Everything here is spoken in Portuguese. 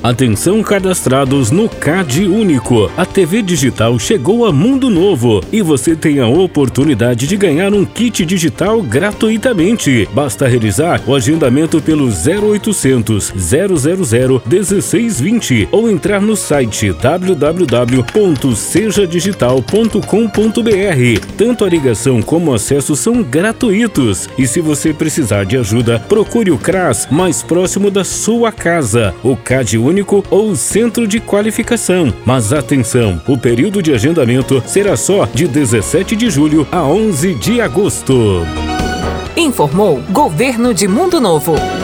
Atenção cadastrados no CAD Único. A TV digital chegou a Mundo Novo e você tem a oportunidade de ganhar um kit digital gratuitamente. Basta realizar o agendamento pelo 0800 000 1620 ou entrar no site www.sejadigital.com.br. Tanto a ligação como o acesso são gratuitos. E se você precisar de ajuda, procure o CRAS mais próximo da sua casa, o CAD Único ou o Centro de Qualificação. Mas atenção, o período de agendamento será só de 17 de julho a 11 de agosto. Informou Governo de Mundo Novo.